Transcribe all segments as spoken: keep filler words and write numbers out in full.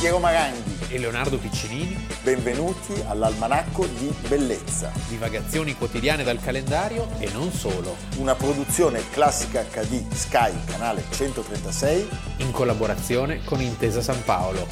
Piero Maranghi e Leonardo Piccinini. Benvenuti all'Almanacco di Bellezza. Divagazioni quotidiane dal calendario e non solo. Una produzione Classica acca di Sky, canale centotrentasei. In collaborazione con Intesa San Paolo.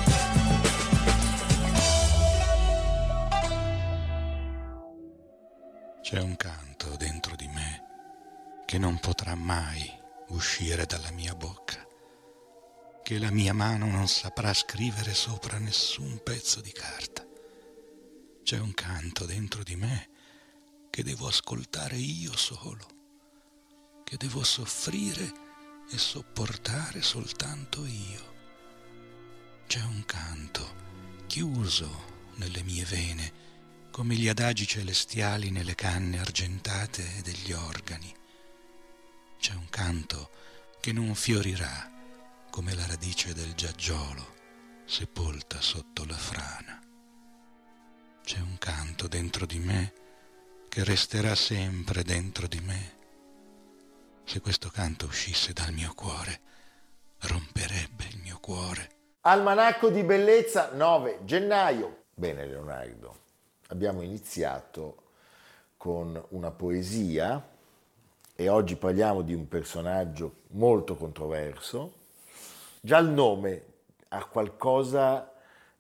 C'è un canto dentro di me che non potrà mai uscire dalla mia bocca, che la mia mano non saprà scrivere sopra nessun pezzo di carta. C'è un canto dentro di me che devo ascoltare io solo, che devo soffrire e sopportare soltanto io. C'è un canto chiuso nelle mie vene, come gli adagi celestiali nelle canne argentate degli organi. C'è un canto che non fiorirà come la radice del giaggiolo sepolta sotto la frana. C'è un canto dentro di me che resterà sempre dentro di me. Se questo canto uscisse dal mio cuore, romperebbe il mio cuore. Almanacco di Bellezza, nove gennaio. Bene Leonardo, abbiamo iniziato con una poesia e oggi parliamo di un personaggio molto controverso. Già il nome ha qualcosa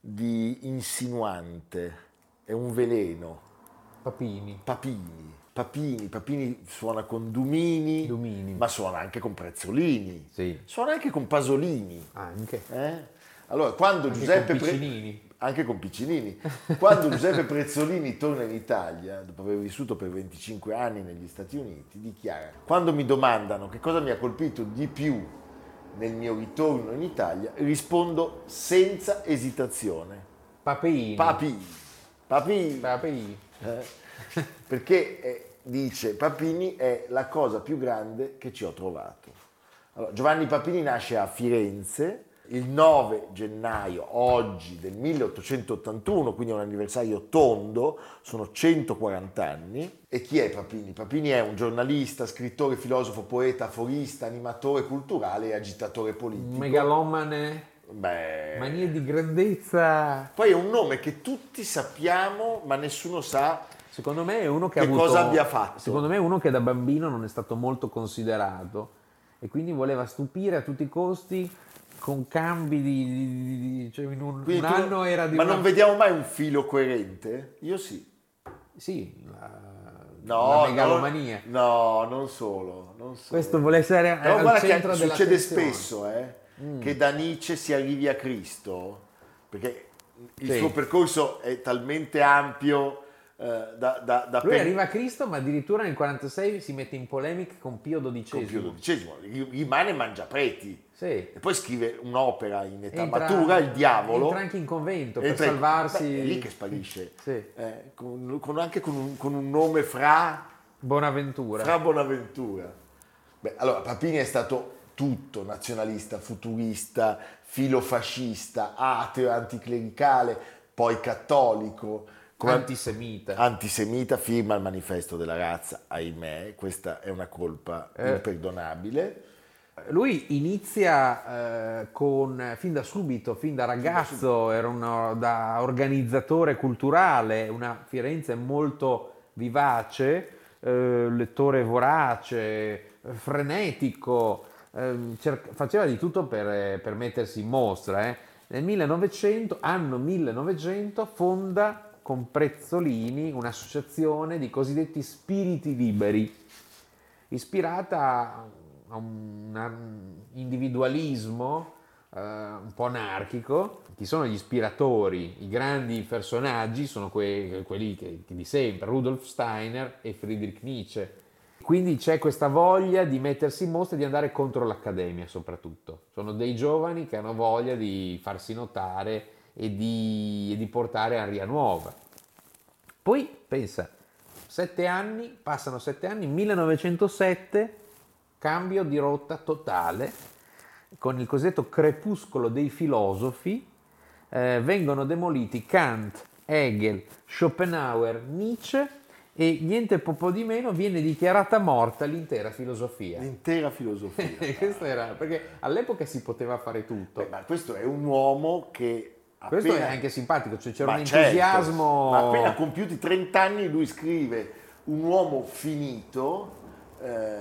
di insinuante, è un veleno. Papini. Papini, Papini, Papini suona con Dumini, Dumini. ma suona anche con Prezzolini, Sì. suona anche con Pasolini. Anche. Eh? Allora, quando Anche Giuseppe con Piccinini. Pre... anche con Piccinini, quando Giuseppe Prezzolini torna in Italia, dopo aver vissuto per venticinque anni negli Stati Uniti, dichiara: quando mi domandano che cosa mi ha colpito di più nel mio ritorno in Italia, rispondo senza esitazione: Papini. Papini, Papini. Papini. Eh? Perché eh, dice Papini è la cosa più grande che ci ho trovato. Allora, Giovanni Papini nasce a Firenze il nove gennaio, oggi, del milleottocentottantuno, quindi è un anniversario tondo, sono centoquaranta anni. E chi è Papini? Papini è un giornalista, scrittore, filosofo, poeta, aforista, animatore culturale e agitatore politico. Megalomane. Beh, Manie di grandezza. poi è un nome che tutti sappiamo, ma nessuno sa Secondo me è uno che, che ha avuto, cosa abbia fatto. Secondo me è uno che da bambino non è stato molto considerato e quindi voleva stupire a tutti i costi con cambi di... di- di- cioè in un, Quindi un tu- anno era di ma una... non vediamo mai un filo coerente? Io sì. Sì, la, No, la megalomania. No, no, non solo, non solo. Questo vuole essere Però al guarda centro che della succede spesso, eh, Mm. che da Nietzsche si arrivi a Cristo, perché il Sì. suo percorso è talmente ampio eh, da, da, da Lui per- arriva a Cristo, ma addirittura nel quarantasei si mette in polemica con Pio dodicesimo. con Pio dodicesimo, rimane mangiapreti. Sì. E poi scrive un'opera in età Entra- matura, Il diavolo. Entra anche in convento per Entra- salvarsi. Beh, è lì che sparisce. Sì. Eh, con, con- anche con un, con un nome fra, Bonaventura. fra Bonaventura. Beh, allora, Papini è stato tutto: nazionalista, futurista, filofascista, ateo, anticlericale, poi cattolico. come- Antisemita. Antisemita, firma il manifesto della razza, ahimè, questa è una colpa Eh. imperdonabile. Lui inizia eh, con, fin da subito, fin da ragazzo, era uno, da organizzatore culturale, una Firenze molto vivace, eh, lettore vorace, frenetico, eh, cerca- faceva di tutto per, per mettersi in mostra. eh. Nel millenovecento, anno millenovecento, fonda con Prezzolini un'associazione di cosiddetti spiriti liberi, ispirata a un un individualismo eh, un po' anarchico. Chi sono gli ispiratori? I grandi personaggi sono que- quelli che, che di sempre, Rudolf Steiner e Friedrich Nietzsche. Quindi c'è questa voglia di mettersi in mostra e di andare contro l'accademia soprattutto. Sono dei giovani che hanno voglia di farsi notare e di, e di portare aria nuova. Poi pensa, sette anni, passano sette anni, millenovecentosette, cambio di rotta totale, con il cosiddetto crepuscolo dei filosofi, eh, vengono demoliti Kant, Hegel, Schopenhauer, Nietzsche e niente po' di meno viene dichiarata morta l'intera filosofia. L'intera filosofia. Questo era, perché all'epoca si poteva fare tutto. Beh, ma questo è un uomo che Questo appena... è anche simpatico, cioè c'era Ma un certo, entusiasmo. ma appena compiuti trenta anni lui scrive un uomo finito eh,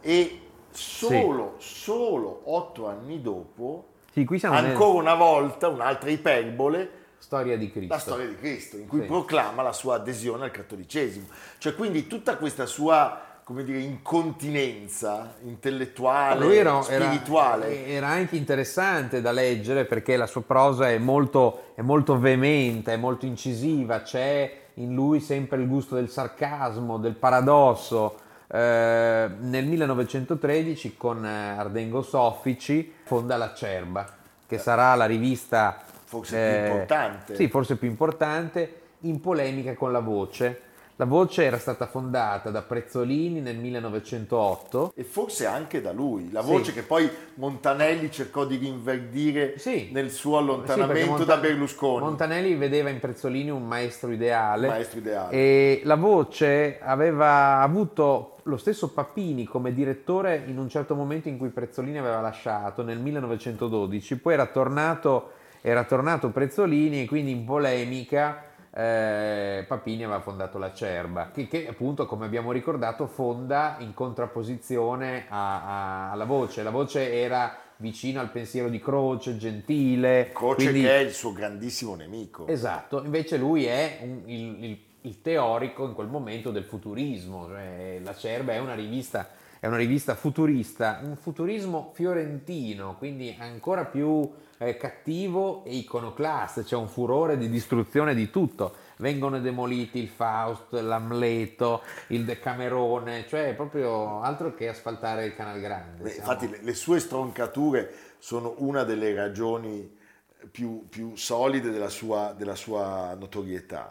e solo, solo otto anni dopo, Sì, qui siamo nel- ancora una volta, un'altra iperbole, Storia di Cristo. la storia di Cristo, in cui Sì. proclama la sua adesione al cattolicesimo. Cioè quindi tutta questa sua, come dire, incontinenza intellettuale, Lui era, spirituale. era, era anche interessante da leggere perché la sua prosa è molto, è molto veemente, è molto incisiva, c'è in lui sempre il gusto del sarcasmo, del paradosso. Eh, nel millenovecentotredici con eh, Ardengo Soffici fonda l'Acerba, che sarà la rivista Forse più importante. Sì, forse più importante, in polemica con La Voce. La Voce era stata fondata da Prezzolini nel millenovecentootto. E forse anche da lui, la Sì. voce che poi Montanelli cercò di rinverdire Sì. nel suo Sì, allontanamento perché Monta- da Berlusconi, Montanelli vedeva in Prezzolini un maestro ideale. maestro ideale. E La Voce aveva avuto lo stesso Papini come direttore in un certo momento in cui Prezzolini aveva lasciato, nel millenovecentododici. Poi era tornato, era tornato Prezzolini e quindi in polemica eh, Papini aveva fondato l'Acerba, che, che appunto, come abbiamo ricordato, fonda in contrapposizione a- a- alla Voce. La Voce era vicino al pensiero di Croce, Gentile. Croce quindi- che è il suo grandissimo nemico. Esatto, invece lui è un- il, il- il teorico in quel momento del futurismo, cioè l'Acerba è una rivista, è una rivista futurista, un futurismo fiorentino, quindi ancora più eh, cattivo e iconoclasta, c'è un furore di distruzione di tutto, vengono demoliti il Faust, l'Amleto, il Decamerone, cioè proprio altro che asfaltare il Canal Grande. Beh, siamo- infatti le, le sue stroncature sono una delle ragioni più, più solide della sua, della sua notorietà.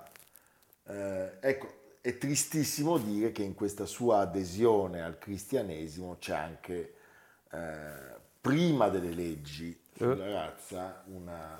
Eh, ecco, è tristissimo dire che in questa sua adesione al cristianesimo c'è anche, eh, prima delle leggi sulla razza, una,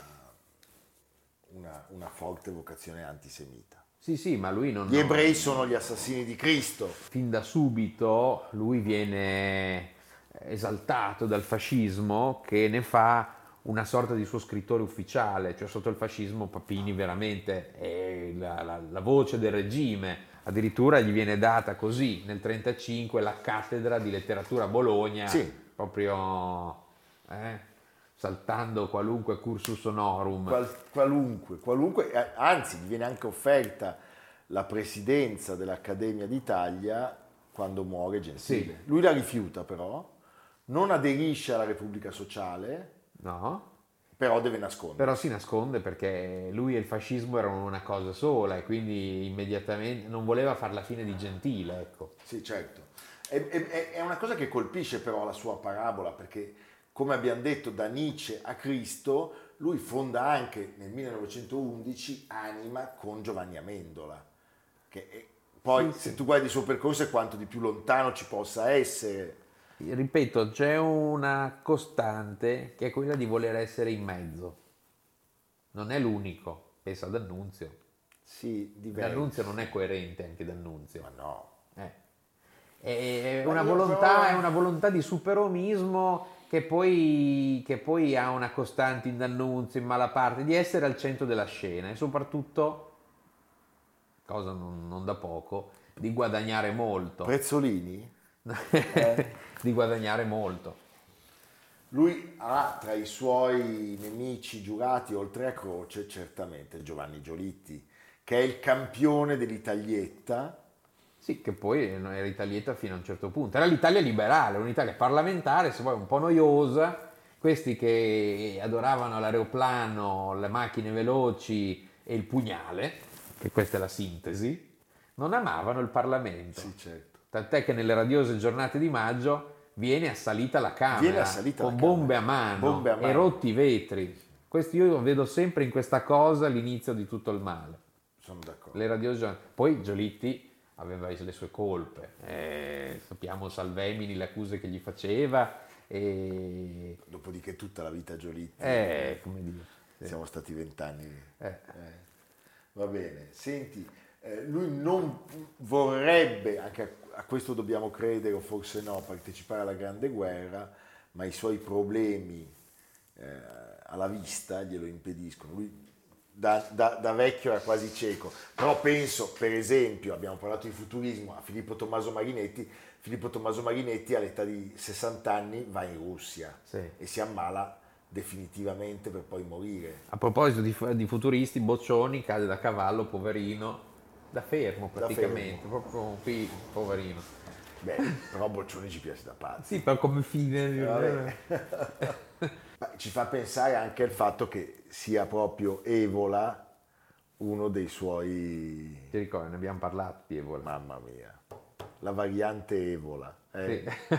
una, una forte vocazione antisemita. Sì, sì, ma lui non... Gli ebrei sono gli assassini di Cristo. Fin da subito lui viene esaltato dal fascismo, che ne fa una sorta di suo scrittore ufficiale, cioè sotto il fascismo Papini veramente è la, la- la voce del regime, addirittura gli viene data così nel trentacinque la cattedra di letteratura a Bologna, Sì. proprio eh, saltando qualunque cursus honorum. Qual- qualunque, qualunque, eh, anzi gli viene anche offerta la presidenza dell'Accademia d'Italia quando muore Gentile. Sì. Lui la rifiuta però, non aderisce alla Repubblica Sociale, No? però deve nascondere. Però si nasconde perché lui e il fascismo erano una cosa sola e quindi immediatamente non voleva far la fine di Gentile, ecco. Sì, certo. È, è- è una cosa che colpisce però la sua parabola, perché come abbiamo detto da Nietzsche a Cristo, lui fonda anche nel millenovecentoundici Anima con Giovanni Amendola, che è- poi Sì, se sì. tu guardi il suo percorso è quanto di più lontano ci possa essere. Ripeto, c'è una costante che è quella di voler essere in mezzo. Non è l'unico, pensa ad Annunzio. Sì, diverso. D'Annunzio non è coerente anche D'Annunzio. Ma no. Eh. È Ma una, io volontà, però- è una volontà di superomismo che poi, che poi ha una costante in D'Annunzio, in Malaparte, di essere al centro della scena e soprattutto, cosa non, non da poco, di guadagnare molto. Prezzolini, Di guadagnare molto. lui ha tra i suoi nemici giurati, oltre a Croce, certamente Giovanni Giolitti, che è il campione dell'Italietta. Sì, che poi era Italietta fino a un certo punto. Era l'Italia liberale, un'Italia parlamentare, se vuoi un po' noiosa, questi che adoravano l'aeroplano, le macchine veloci e il pugnale, che questa è la sintesi, non amavano il Parlamento. Sì, certo. Tant'è che nelle radiose giornate di maggio viene assalita la Camera, Viene assalita la con Camera. bombe a mano, Bombe a mano. e rotti i vetri. Questo io vedo sempre in questa cosa l'inizio di tutto il male. Sono d'accordo. Le radiose giornate. Poi Giolitti aveva le sue colpe, eh, sappiamo Salvemini, le accuse che gli faceva, e Dopodiché tutta la vita Giolitti. eh, come dire, sì. Siamo stati vent'anni. Eh. Eh, Va bene. Senti, eh, lui non vorrebbe, anche a, a questo dobbiamo credere o forse no, partecipare alla Grande Guerra, ma i suoi problemi eh, alla vista glielo impediscono. Lui da, da, da vecchio era quasi cieco, però penso, per esempio, abbiamo parlato di futurismo, a Filippo Tommaso Marinetti. Filippo Tommaso Marinetti all'età di sessanta anni va in Russia, sì, e si ammala definitivamente per poi morire. A proposito di, di futuristi, Boccioni cade da cavallo, poverino, da fermo praticamente, da fermo. Proprio qui, poverino. Beh, però Boccioni ci piace da pazzi. Sì, però come fine... Ma ci fa pensare anche al fatto che sia proprio Evola uno dei suoi... Ti ricordi, ne abbiamo parlato di Evola. Mamma mia, la variante Evola. Eh. Sì.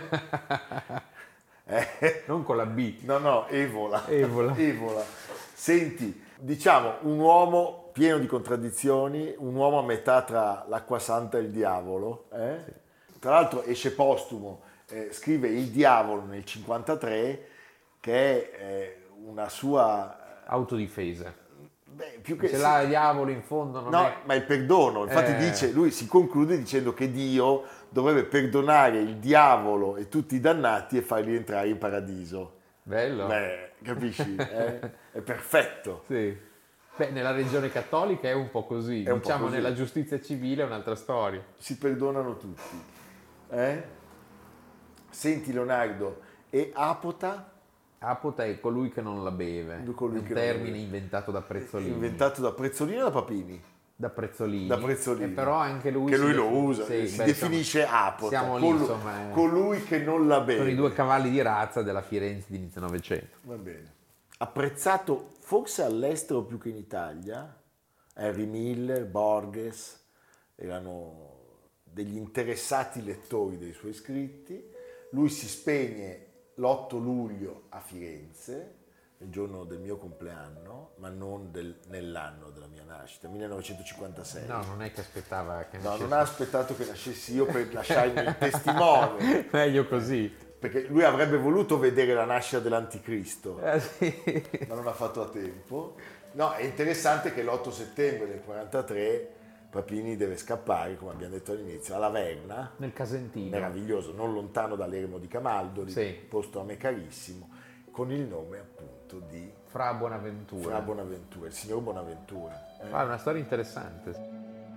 eh. Non con la B. No, no, Evola. Evola. Evola. Senti, diciamo, un uomo pieno di contraddizioni, un uomo a metà tra l'acqua santa e il diavolo. Eh? Sì. Tra l'altro esce postumo, eh, scrive Il diavolo nel cinquantatré, che è eh, una sua... autodifesa. Beh, più che se sì. l'ha il diavolo in fondo non no, è... ma il perdono. Infatti eh... dice, lui si conclude dicendo che Dio dovrebbe perdonare il diavolo e tutti i dannati e farli entrare in paradiso. Bello. Beh, capisci? eh? È perfetto. Sì. Beh, nella religione cattolica è un po' così. È un diciamo po' così. Nella giustizia civile è un'altra storia. Si perdonano tutti. Eh? Senti Leonardo, e Apota? Apota è colui che non la beve, colui un che termine beve. inventato da Prezzolini. Inventato da Prezzolini o da Papini? Da Prezzolini. Da Prezzolini. E però anche lui che lui si lo defin- usa, sì, si beh, definisce insomma, Apota. Siamo lì, Col- insomma. Colui che non la beve. Sono i due cavalli di razza della Firenze di inizio Novecento. Va bene. Apprezzato forse all'estero più che in Italia, Henry Miller, Borges, erano degli interessati lettori dei suoi scritti. Lui si spegne l'otto luglio a Firenze, il giorno del mio compleanno, ma non del, nell'anno della mia nascita, millenovecentocinquantasei. No, non è che aspettava che No, nascesse. non ha aspettato che nascessi io per lasciarmi il testimone. Meglio così. Perché lui avrebbe voluto vedere la nascita dell'anticristo, Eh, sì. ma non ha fatto a tempo. No, è interessante che l'otto settembre del quarantatré Papini deve scappare, come abbiamo detto all'inizio, alla Verna. Nel Casentino. Meraviglioso, non lontano dall'eremo di Camaldoli, sì, posto a me carissimo, con il nome appunto di Fra Bonaventura. Fra Bonaventura, il signor Bonaventura. Eh? Ah, è una storia interessante.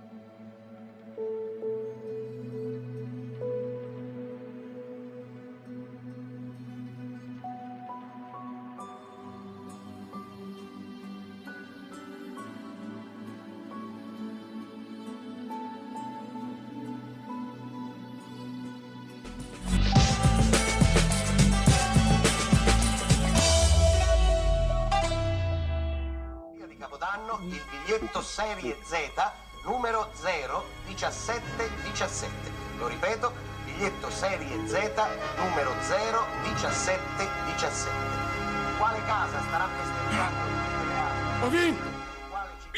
Il biglietto serie Z numero zero diciassette diciassette. Lo ripeto, biglietto serie Z numero zero diciassette diciassette. Quale casa starà festeggiando tutte le altre? Ho vinto! Quale città?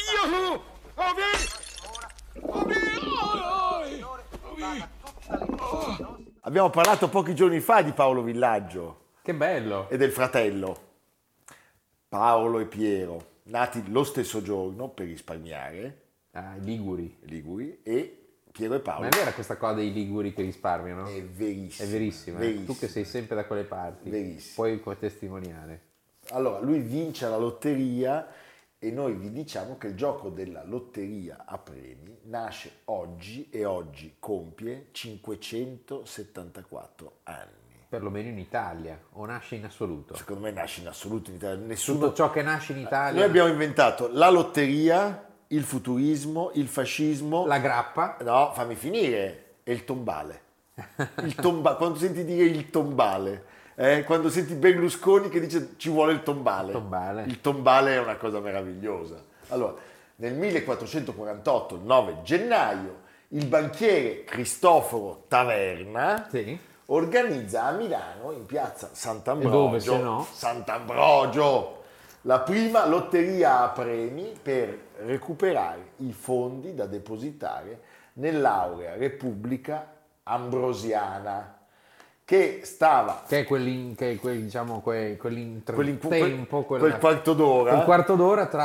Io ho vinto! Abbiamo parlato pochi giorni fa di Paolo Villaggio. Che bello! E del fratello Paolo e Piero, nati lo stesso giorno per risparmiare. Ah, i Liguri. Liguri e Piero e Paolo. Ma è vera questa cosa dei Liguri che risparmiano? È verissimo. È verissimo, eh? Verissimo. Tu che sei sempre da quelle parti, Verissimo. puoi come testimoniare. Allora, lui vince la lotteria e noi vi diciamo che il gioco della lotteria a premi nasce oggi e oggi compie cinquecentosettantaquattro anni. Perlomeno in Italia, o nasce in assoluto? Secondo me nasce in assoluto in Italia. Nessuno... Tutto ciò che nasce in Italia... Noi abbiamo inventato la lotteria, il futurismo, il fascismo... La grappa? No, fammi finire. E il tombale. Il tomba... Quando senti dire il tombale, eh? Quando senti Berlusconi che dice ci vuole il tombale. Il tombale. Il tombale è una cosa meravigliosa. Allora, nel millequattrocentoquarantotto, il nove gennaio, il banchiere Cristoforo Taverna... Sì. organizza a Milano, in piazza Sant'Ambrogio, E dove se no? Sant'Ambrogio, la prima lotteria a premi per recuperare i fondi da depositare nell'Aurea Repubblica Ambrosiana, che stava... Che è quell'in, che è quel, diciamo, quel, quell'in- quell'intertempo, quel, quel quarto d'ora, quel quarto d'ora tra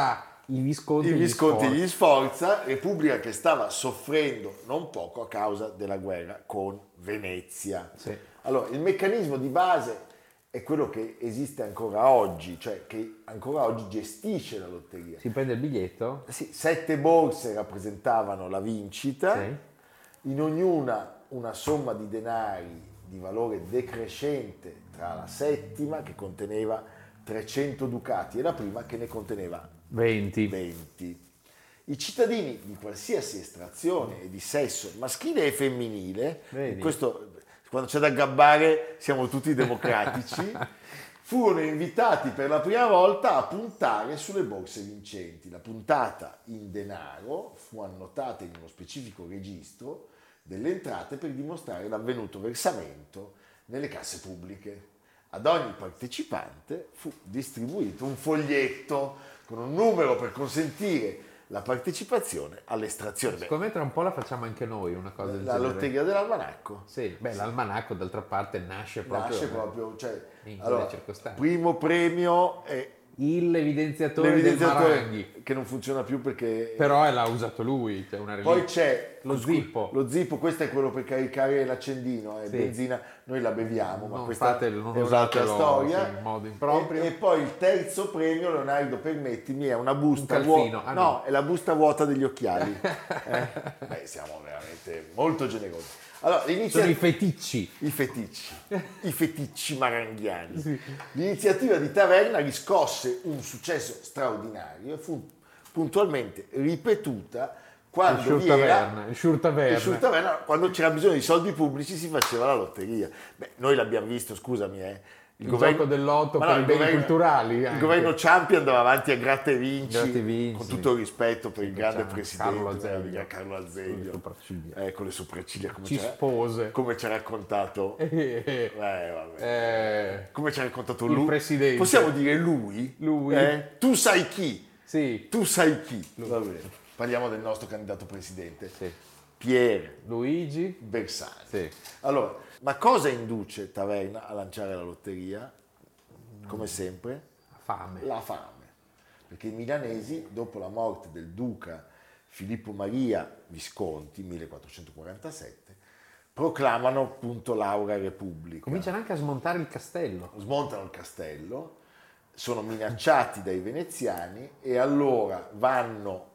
I Visconti, I gli Visconti Sforza. gli Sforza, Repubblica che stava soffrendo non poco a causa della guerra con Venezia. Sì. Allora, il meccanismo di base è quello che esiste ancora oggi, cioè che ancora oggi gestisce la lotteria. Si prende il biglietto? Sì, sette borse rappresentavano la vincita, Sì. in ognuna una somma di denari di valore decrescente tra la settima, che conteneva trecento ducati, e la prima, che ne conteneva venti. venti. I cittadini di qualsiasi estrazione e di sesso maschile e femminile, Vedi? questo quando c'è da gabbare siamo tutti democratici, furono invitati per la prima volta a puntare sulle borse vincenti. La puntata in denaro fu annotata in uno specifico registro delle entrate per dimostrare l'avvenuto versamento nelle casse pubbliche. Ad ogni partecipante fu distribuito un foglietto con un numero per consentire la partecipazione all'estrazione. Beh, Secondo me tra un po' la facciamo anche noi, una cosa del la genere. lotteria dell'almanacco. Sì, beh, l'almanacco d'altra parte nasce proprio, Nasce proprio, cioè, in allora, quelle circostanze. primo premio è Il evidenziatore del l'evidenziatore Maranghi. che non funziona più perché Però l'ha usato lui, c'è una poi reliquia. c'è Lo scu- zippo. Lo zippo, questo è quello per caricare l'accendino, è Sì. benzina, noi la beviamo, ma Non questa fatelo, non è un'altra usatelo, storia. sì, in modo improprio. E, e poi il terzo premio, Leonardo, permettimi, è una busta Un calzino. vuota. Ah, no, no. è la busta vuota degli occhiali. Eh? Beh, siamo veramente molto generosi. Allora, l'inizia- Sono i feticci. i feticci, i feticci maranghiani. L'iniziativa di Taverna riscosse un successo straordinario e fu puntualmente ripetuta Il quando Sciur vi era Taverna, il Sciur Taverna. il Sciur Taverna, quando c'era bisogno di soldi pubblici si faceva la lotteria. Beh, noi l'abbiamo visto, scusami, eh. Il gioco dell'otto ma per no, i il beni governo- culturali, Il anche. governo Ciampi andava avanti a gratta e vinci, Gratta e vinci, con sì. tutto il rispetto per il grande Ciampi, presidente Carlo Azeglio. eh, Carlo Azeglio. Con le sopracciglia. Eh, con le sopracciglia come ci ha- Cispose. come ci ha raccontato Eh, eh, vabbè. eh, Come ci ha raccontato Il lui? presidente. Possiamo dire lui? Lui. Eh? Tu sai chi? sì, Tu sai chi? Va bene. Parliamo del nostro candidato presidente, sì. Pier Luigi. Bersani. Sì. Allora, ma cosa induce Taverna a lanciare la lotteria? Come sempre? Fame. La fame. Perché i milanesi, dopo la morte del duca Filippo Maria Visconti, millequattrocentoquarantasette, proclamano appunto l'aura repubblica. Cominciano anche a smontare il castello. Smontano il castello, sono minacciati dai veneziani e allora vanno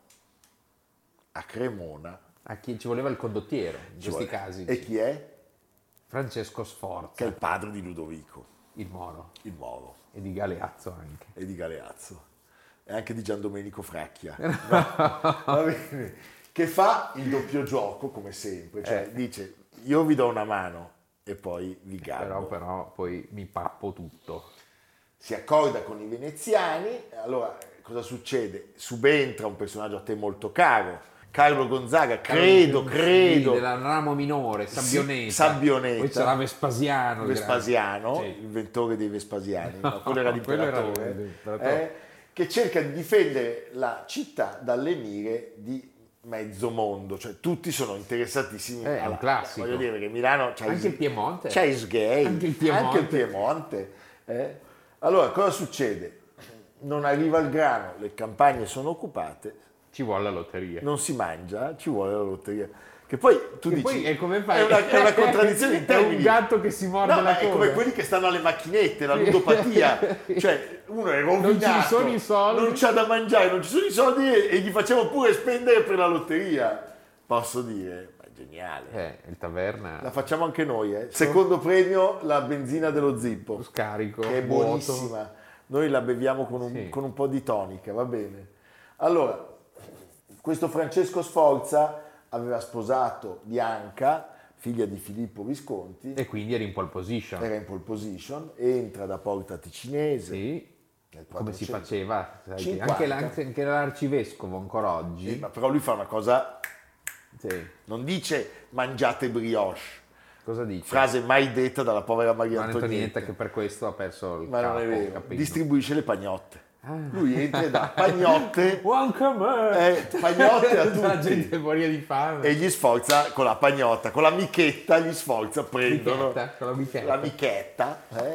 a Cremona. A chi ci voleva il condottiero in Ci questi vuole- casi. E chi è? Francesco Che è Sforza, il padre di Ludovico, il Moro, il Moro, e di Galeazzo anche. e di Galeazzo, e anche di Gian Domenico Fracchia. No, va bene. Che fa il doppio gioco, come sempre, cioè Eh. dice io vi do una mano e poi vi Però, gabbo. però poi mi pappo tutto. Si accorda con i veneziani, allora cosa succede? Subentra un personaggio a te molto caro, Carlo Gonzaga, credo, Sì, credo, del ramo minore, Sabbioneta. Sì, Sabbioneta. Poi c'era Vespasiano. il Vespasiano, grande. Sì. l'inventore dei Vespasiani, no, quello era Quello era l'imperatore, l'imperatore. eh, che cerca di difendere la città dalle mire di mezzo mondo, cioè tutti sono interessatissimi. Eh, è un classico. Voglio dire che Milano c'ha Anche i, il Piemonte. c'ha i sgay, Anche il Piemonte. anche il Piemonte, eh. Allora cosa succede? Non arriva il grano, le campagne sono occupate, Ci vuole la lotteria. non si mangia, ci vuole la lotteria. Che poi tu Che dici, poi è come fai? è una, è una contraddizione in È termini. un gatto che si morde No, la ma è coda. come quelli che stanno alle macchinette, la ludopatia. Cioè, uno è rovinato, Non ci sono i soldi. non c'ha da mangiare, non ci sono i soldi e, e gli facciamo pure spendere per la lotteria. Posso dire, ma è geniale. Eh, il taverna. La facciamo anche noi, eh. Secondo premio, la benzina dello zippo, Lo scarico. che è vuoto. buonissima. Noi la beviamo con un, Sì. con un po' di tonica, va bene. Allora, questo Francesco Sforza aveva sposato Bianca, figlia di Filippo Visconti, E quindi eri in pole position. era in pole position, entra da Porta Ticinese. Sì. nel Come si quattrocento faceva? sai, cinquanta. Anche, l'an- anche l'arcivescovo ancora oggi. Eh, ma però lui fa una cosa, Sì. non dice mangiate brioche, Cosa dice? frase mai detta dalla povera Maria Maria Antonietta. Antonietta che per questo ha perso il Ma capo. non è vero, capito? distribuisce le pagnotte. Ah. Lui entra e dà pagnotte, Anche a me! eh, pagnotte a La tutti. gente moria di fame. E gli sforza con la pagnotta, con la michetta, gli sforza prendono Michetta, con la michetta. la michetta, eh, Sì.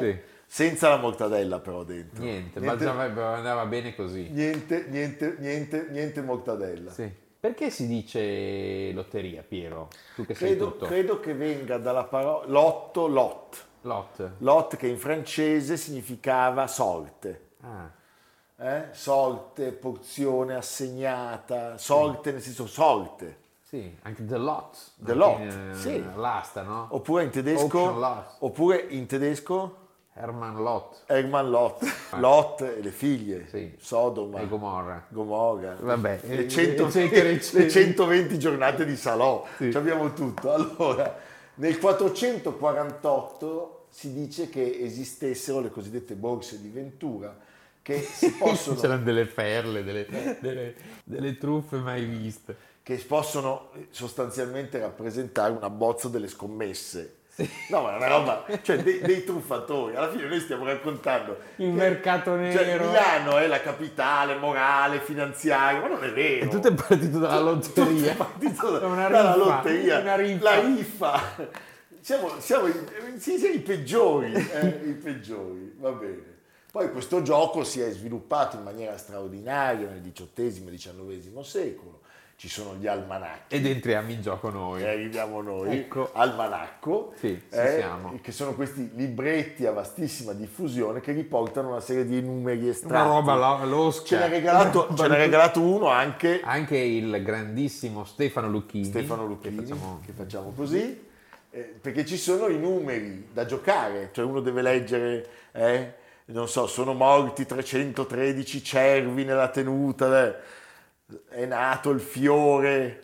senza la mortadella però dentro. Niente, niente balzava- andava bene così. Niente, niente, niente, niente mortadella. Sì. Perché si dice lotteria, Piero? Tu che sei Credo, tutto. credo che venga dalla parola lotto, lot. Lot. Lot che in francese significava sorte. Ah, Eh? Sorte, porzione assegnata, sorte nel senso sorte. sì, anche the lot. The anche lot, in, eh, sì. L'asta, no? Oppure in tedesco, Auction lot. oppure in tedesco Hermann Lot. Hermann Lot. Lot e le figlie, Sì. Sodoma, E Gomorra. Gomorra, Vabbè, le, eh, cento- eccetera, eccetera. le centoventi giornate di Salò, Sì. ci abbiamo tutto. Allora, nel quattrocentoquarantotto si dice che esistessero le cosiddette borse di Ventura che si possono, C'erano delle perle, delle, delle, delle truffe mai viste. che possono sostanzialmente rappresentare un abbozzo delle scommesse. No, ma è una roba, cioè dei, dei truffatori. Alla fine noi stiamo raccontando Il che- mercato cioè, nero. Milano è la capitale morale, finanziaria, ma non è vero. E tutto è partito dalla lotteria. Tutto è partito da- Una dalla riffa, lotteria, una riffa. la riffa. Siamo, siamo, i, sì, siamo i peggiori, eh, i peggiori, va bene. Poi questo gioco si è sviluppato in maniera straordinaria nel diciottesimo e diciannovesimo secolo. Ci sono gli almanacchi. Ed entriamo in gioco noi. E arriviamo noi, Ecco. almanacco, Sì, ci eh, siamo. che sono questi libretti a vastissima diffusione che riportano una serie di numeri estratti. Una roba lo- losca. Ce n'ha regalato, ce n'ha regalato uno anche Anche il grandissimo Stefano Lucchini. Stefano Lucchini, Che facciamo- che facciamo così, eh, perché ci sono i numeri da giocare, cioè uno deve leggere, eh, non so, sono morti trecentotredici cervi nella tenuta, eh, è nato il fiore,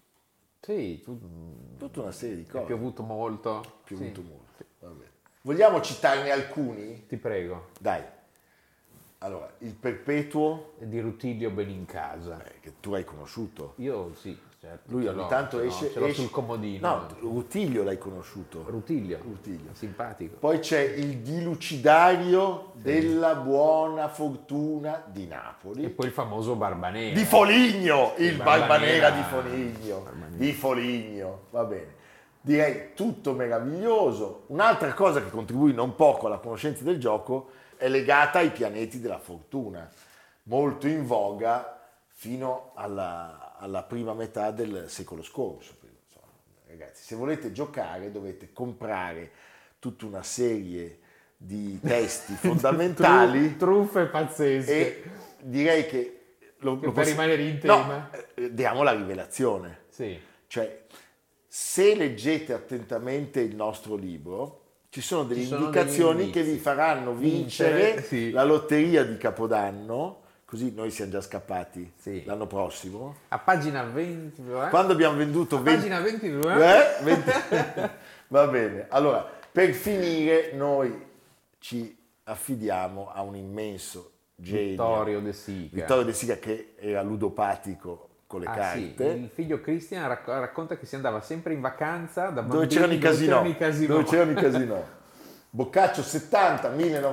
Sì, tu, tutta una serie di è cose. piovuto molto. È piovuto Sì. molto. Va bene. Vogliamo citarne alcuni? Ti prego. Dai. Allora, il perpetuo, Di Rutilio Benincasa. eh, che tu hai conosciuto. Io sì, certo. Lui ce ogni l'ho, tanto ce l'ho, esce... Ce l'ho esce- sul comodino. No, Rutilio l'hai conosciuto. Rutilio. Rutilio. Simpatico. Poi c'è il dilucidario della buona fortuna di Napoli. E poi il famoso Barbanera. Di Foligno, il Barbanera. Barbanera di Foligno. Barbanera. Di Foligno, va bene. Direi tutto meraviglioso. Un'altra cosa che contribuì non poco alla conoscenza del gioco è legata ai pianeti della fortuna, molto in voga fino alla, alla prima metà del secolo scorso. Insomma, ragazzi, se volete giocare dovete comprare tutta una serie di testi fondamentali Tru- truffe pazzesche. e direi che, lo, Che lo per possi- rimanere in No, tema. eh, diamo la rivelazione. Sì. Cioè, se leggete attentamente il nostro libro, ci sono delle Ci sono indicazioni degli che vi indizi. faranno vincere, Vincere, sì. la lotteria di Capodanno, così noi siamo già scappati Sì. l'anno prossimo. A pagina ventidue. Quando abbiamo venduto A venti pagina ventidue. Eh? venti Va bene. Allora, per finire, noi ci affidiamo a un immenso genio. Vittorio De Sica. Vittorio De Sica, che era ludopatico con le Ah, sì. carte. Il figlio Christian racc- racconta che si andava sempre in vacanza da Dove bambini, c'erano i casinò, c'erano i casinò. dove c'erano i casinò. Boccaccio settanta,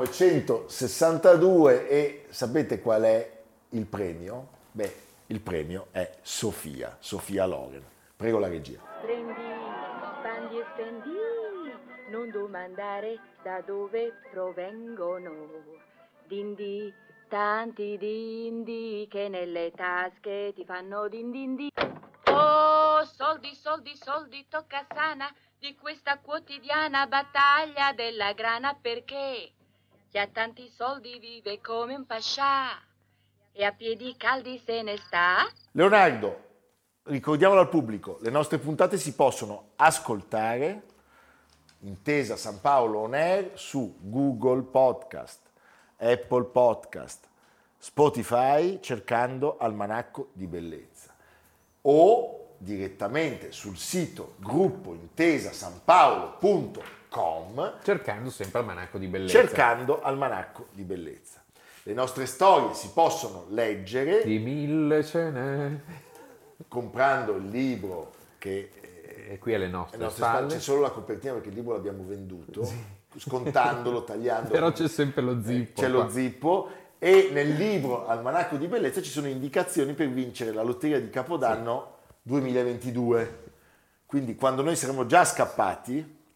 millenovecentosessantadue, e sapete qual è il premio? Beh, il premio è Sofia, Sofia Loren. Prego la regia. Prendi, spandi e spendi, non domandare da dove provengono. Dindi, tanti dindi che nelle tasche ti fanno din din din. Oh, soldi, soldi, soldi, tocca sana di questa quotidiana battaglia della grana, perché chi ha tanti soldi vive come un pascià e a piedi caldi se ne sta. Leonardo, ricordiamolo al pubblico, le nostre puntate si possono ascoltare, Intesa San Paolo On Air, su Google Podcast, Apple Podcast, Spotify, cercando Almanacco di Bellezza, o direttamente sul sito gruppo intesa san paolo punto com, Cercando sempre Almanacco di Bellezza. cercando Almanacco di Bellezza. Le nostre storie si possono leggere Di mille ce n'è. comprando il libro che eh, E qui alle alle nostre, nostre spalle. spalle. C'è solo la copertina perché il libro l'abbiamo venduto, scontandolo, tagliandolo. Però c'è sempre lo zippo. C'è qua. lo zippo, e nel libro Almanacco di Bellezza ci sono indicazioni per vincere la lotteria di Capodanno duemilaventidue. Quindi quando noi saremo già scappati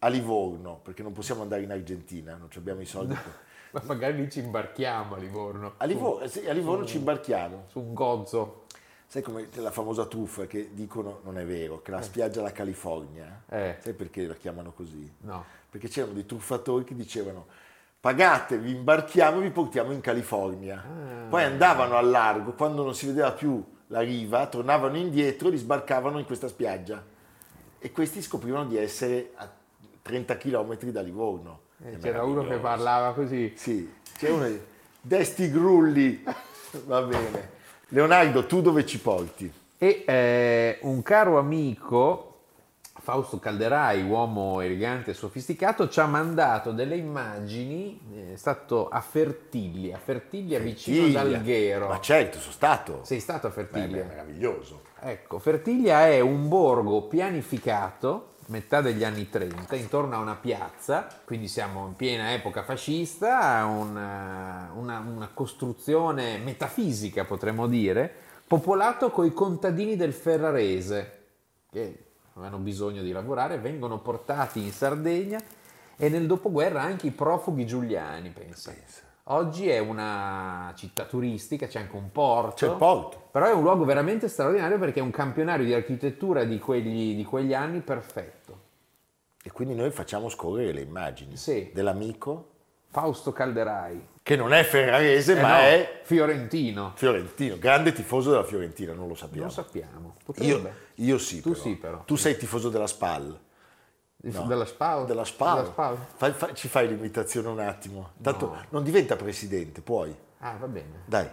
a Livorno, perché non possiamo andare in Argentina, non abbiamo i soldi. Ma magari lì ci imbarchiamo a Livorno. A Livorno, sì, a Livorno su, ci imbarchiamo. Su un gozzo. Sai come la famosa truffa che dicono, non è vero, che la Eh. spiaggia la California, Eh. sai perché la chiamano così? No. Perché c'erano dei truffatori che dicevano pagate, vi imbarchiamo e vi portiamo in California. Ah. Poi andavano al largo, quando non si vedeva più la riva, tornavano indietro e li sbarcavano in questa spiaggia. E questi scoprivano di essere a trenta chilometri da Livorno. Eh, È c'era uno che meraviglioso. parlava così. Sì, c'è uno di Desti Grulli. Va bene. Leonardo, tu dove ci porti? E eh, un caro amico, Fausto Calderai, uomo elegante e sofisticato, ci ha mandato delle immagini, è stato a Fertiglia, Fertiglia vicino ad Fertiglia. Alghero. Ma certo, sono stato. Sei stato a Beh, Fertiglia? beh, meraviglioso. Ecco, Fertiglia è un borgo pianificato, metà degli anni trenta, intorno a una piazza, quindi siamo in piena epoca fascista, una, una, una costruzione metafisica potremmo dire, popolato coi contadini del Ferrarese, che avevano bisogno di lavorare, vengono portati in Sardegna e nel dopoguerra anche i profughi giuliani, pensa. Pensa. Oggi è una città turistica, c'è anche un porto. C'è il porto. Però è un luogo veramente straordinario perché è un campionario di architettura di quegli, di quegli anni perfetto. E quindi noi facciamo scorrere le immagini Sì. dell'amico, Fausto Calderai. che non è ferrarese, Eh ma no, è fiorentino. fiorentino, grande tifoso della Fiorentina, non lo sappiamo. Non sappiamo. Io, Potrebbe. io sì, Tu però. sì, però. Tu sei tifoso della Spal. No. Della Spal? Della Spal. Della Spal. Fai- fai- ci fai l'imitazione un attimo. Tanto No. non diventa presidente, puoi. Ah, va bene. Dai,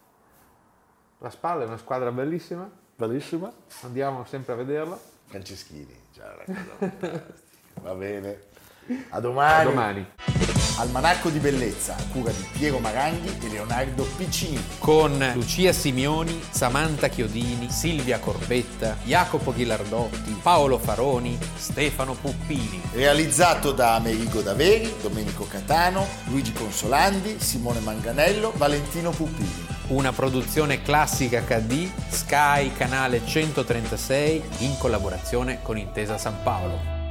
La Spal è una squadra bellissima. bellissima. Andiamo sempre a vederla. Franceschini, già una cosa fantastica. Va bene. A domani. A domani. Almanacco di bellezza, a cura di Piero Maranghi e Leonardo Piccini. Con Lucia Simioni, Samantha Chiodini, Silvia Corbetta, Jacopo Ghilardotti, Paolo Faroni, Stefano Puppini. Realizzato da Amerigo Daveri, Domenico Catano, Luigi Consolandi, Simone Manganello, Valentino Puppini. Una produzione classica acca di, Sky canale centotrentasei, in collaborazione con Intesa San Paolo.